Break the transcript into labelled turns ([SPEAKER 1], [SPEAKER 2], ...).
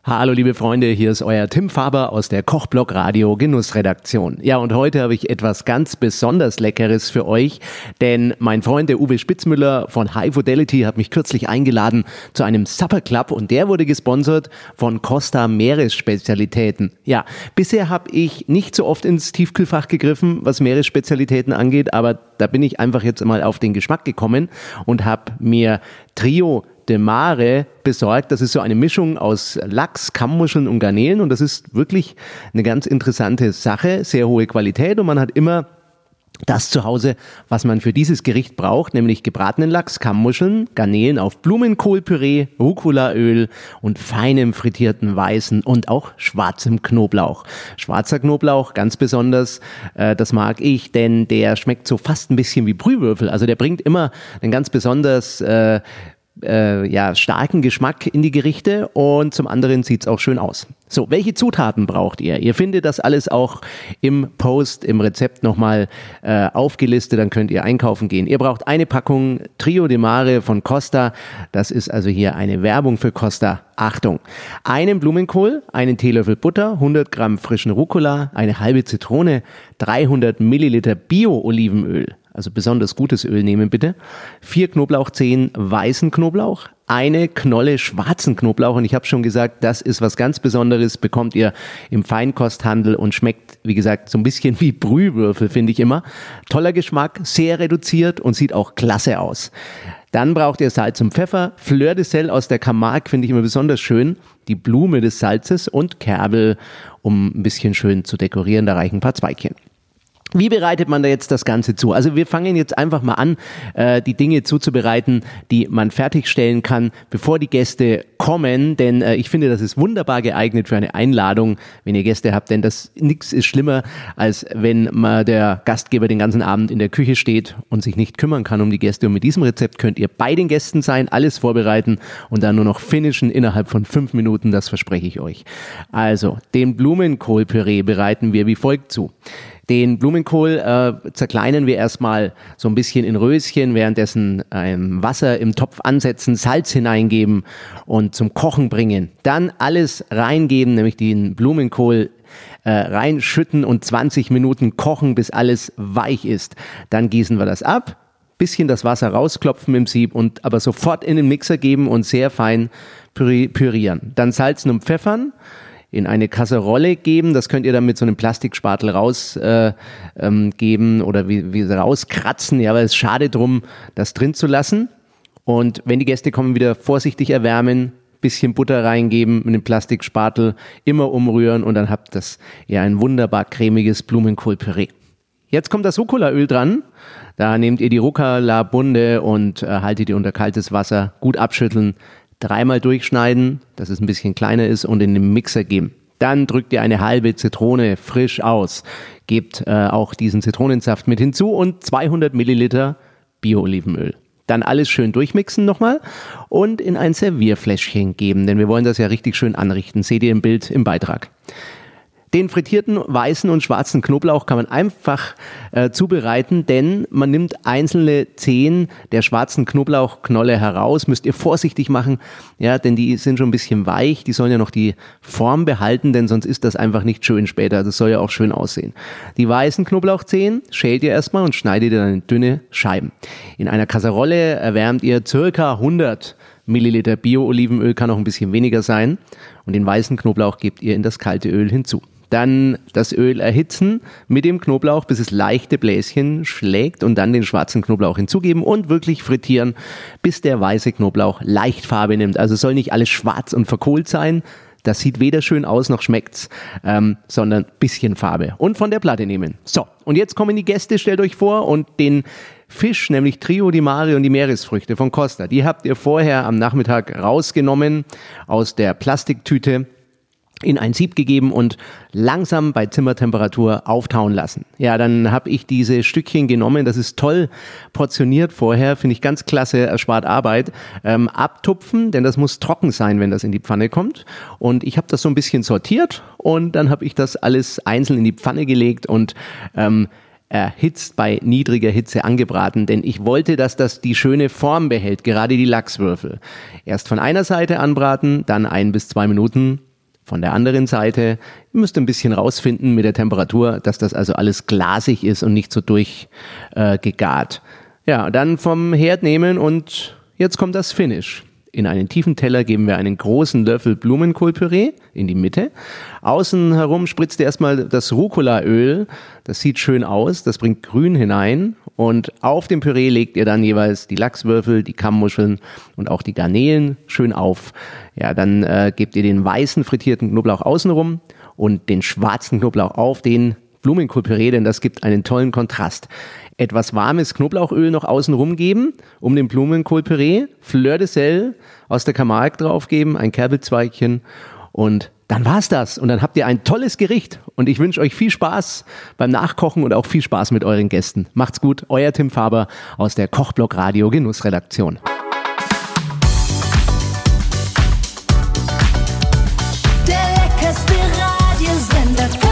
[SPEAKER 1] Hallo liebe Freunde, hier ist euer Tim Faber aus der Kochblock Radio Genussredaktion. Ja, und heute habe ich etwas ganz besonders Leckeres für euch, denn mein Freund der Uwe Spitzmüller von High Fidelity hat mich kürzlich eingeladen zu einem Supper Club und der wurde gesponsert von Costa Meeresspezialitäten. Ja, bisher habe ich nicht so oft ins Tiefkühlfach gegriffen, was Meeresspezialitäten angeht, aber da bin ich einfach jetzt mal auf den Geschmack gekommen und habe mir Trio de Mare besorgt. Das ist so eine Mischung aus Lachs, Kammmuscheln und Garnelen und das ist wirklich eine ganz interessante Sache, sehr hohe Qualität und man hat immer das zu Hause, was man für dieses Gericht braucht, nämlich gebratenen Lachs, Kammmuscheln, Garnelen auf Blumenkohlpüree, Rucolaöl und feinem frittierten weißen und auch schwarzem Knoblauch. Schwarzer Knoblauch, ganz besonders, das mag ich, denn der schmeckt so fast ein bisschen wie Brühwürfel. Also der bringt immer einen ganz besonders starken Geschmack in die Gerichte und zum anderen sieht es auch schön aus. So, welche Zutaten braucht ihr? Ihr findet das alles auch im Post, im Rezept nochmal aufgelistet, dann könnt ihr einkaufen gehen. Ihr braucht eine Packung Trio de Mare von Costa, das ist also hier eine Werbung für Costa. Achtung, einen Blumenkohl, einen Teelöffel Butter, 100 Gramm frischen Rucola, eine halbe Zitrone, 300 Milliliter Bio-Olivenöl. Also besonders gutes Öl nehmen bitte, 4 Knoblauchzehen weißen Knoblauch, eine Knolle schwarzen Knoblauch und ich habe schon gesagt, das ist was ganz Besonderes, bekommt ihr im Feinkosthandel und schmeckt, wie gesagt, so ein bisschen wie Brühwürfel, finde ich immer. Toller Geschmack, sehr reduziert und sieht auch klasse aus. Dann braucht ihr Salz und Pfeffer, Fleur de Sel aus der Camargue finde ich immer besonders schön, die Blume des Salzes und Kerbel, um ein bisschen schön zu dekorieren, da reichen ein paar Zweigchen. Wie bereitet man da jetzt das Ganze zu? Also wir fangen jetzt einfach mal an, die Dinge zuzubereiten, die man fertigstellen kann, bevor die Gäste kommen, denn ich finde, das ist wunderbar geeignet für eine Einladung, wenn ihr Gäste habt, denn nichts ist schlimmer, als wenn mal der Gastgeber den ganzen Abend in der Küche steht und sich nicht kümmern kann um die Gäste. Und mit diesem Rezept könnt ihr bei den Gästen sein, alles vorbereiten und dann nur noch finishen innerhalb von 5 Minuten, das verspreche ich euch. Also, den Blumenkohlpüree bereiten wir wie folgt zu. Den Blumenkohl zerkleinern wir erstmal so ein bisschen in Röschen, währenddessen Wasser im Topf ansetzen, Salz hineingeben und zum Kochen bringen. Dann alles reingeben, nämlich den Blumenkohl reinschütten und 20 Minuten kochen, bis alles weich ist. Dann gießen wir das ab, bisschen das Wasser rausklopfen im Sieb und aber sofort in den Mixer geben und sehr fein pürieren. Dann salzen und pfeffern. In eine Kasserolle geben, das könnt ihr dann mit so einem Plastikspatel rausgeben oder wie rauskratzen, ja, aber es ist schade drum, das drin zu lassen. Und wenn die Gäste kommen, wieder vorsichtig erwärmen, bisschen Butter reingeben mit dem Plastikspatel, immer umrühren und dann habt ihr ja ein wunderbar cremiges Blumenkohlpüree. Jetzt kommt das Rucolaöl dran. Da nehmt ihr die Rucola-Bunde und haltet die unter kaltes Wasser, gut abschütteln, 3-mal durchschneiden, dass es ein bisschen kleiner ist und in den Mixer geben. Dann drückt ihr eine halbe Zitrone frisch aus, gebt auch diesen Zitronensaft mit hinzu und 200 Milliliter Bio-Olivenöl. Dann alles schön durchmixen nochmal und in ein Servierfläschchen geben, denn wir wollen das ja richtig schön anrichten. Seht ihr im Bild im Beitrag. Den frittierten weißen und schwarzen Knoblauch kann man einfach zubereiten, denn man nimmt einzelne Zehen der schwarzen Knoblauchknolle heraus, müsst ihr vorsichtig machen, ja, denn die sind schon ein bisschen weich, die sollen ja noch die Form behalten, denn sonst ist das einfach nicht schön später, das soll ja auch schön aussehen. Die weißen Knoblauchzehen schält ihr erstmal und schneidet ihr dann in dünne Scheiben. In einer Kasserolle erwärmt ihr circa 100 Milliliter Bio-Olivenöl, kann auch ein bisschen weniger sein und den weißen Knoblauch gebt ihr in das kalte Öl hinzu. Dann das Öl erhitzen mit dem Knoblauch, bis es leichte Bläschen schlägt und dann den schwarzen Knoblauch hinzugeben und wirklich frittieren, bis der weiße Knoblauch leicht Farbe nimmt. Also soll nicht alles schwarz und verkohlt sein. Das sieht weder schön aus noch schmeckt's, sondern bisschen Farbe. Und von der Platte nehmen. So, und jetzt kommen die Gäste, stellt euch vor, und den Fisch, nämlich Trio de Mare und die Meeresfrüchte von Costa, die habt ihr vorher am Nachmittag rausgenommen aus der Plastiktüte, in ein Sieb gegeben und langsam bei Zimmertemperatur auftauen lassen. Ja, dann habe ich diese Stückchen genommen, das ist toll portioniert vorher, finde ich ganz klasse, erspart Arbeit. Abtupfen, denn das muss trocken sein, wenn das in die Pfanne kommt. Und ich habe das so ein bisschen sortiert und dann habe ich das alles einzeln in die Pfanne gelegt und erhitzt bei niedriger Hitze angebraten, denn ich wollte, dass das die schöne Form behält, gerade die Lachswürfel. Erst von einer Seite anbraten, dann 1 bis 2 Minuten Von der anderen Seite, ihr müsst ein bisschen rausfinden mit der Temperatur, dass das also alles glasig ist und nicht so durchgegart. Ja, dann vom Herd nehmen und jetzt kommt das Finish. In einen tiefen Teller geben wir einen großen Löffel Blumenkohlpüree in die Mitte. Außen herum spritzt ihr erstmal das Rucola-Öl. Das sieht schön aus, das bringt Grün hinein. Und auf dem Püree legt ihr dann jeweils die Lachswürfel, die Kammmuscheln und auch die Garnelen schön auf. Ja, dann gebt ihr den weißen frittierten Knoblauch außenrum und den schwarzen Knoblauch auf den Blumenkohlpüree, denn das gibt einen tollen Kontrast. Etwas warmes Knoblauchöl noch außenrum geben, um den Blumenkohlpüree, Fleur de Sel aus der Camargue draufgeben, ein Kerbelzweigchen und dann war's das. Und dann habt ihr ein tolles Gericht und ich wünsche euch viel Spaß beim Nachkochen und auch viel Spaß mit euren Gästen. Macht's gut, euer Tim Faber aus der Kochblock Radio Genussredaktion.
[SPEAKER 2] Der leckerste Radiosender.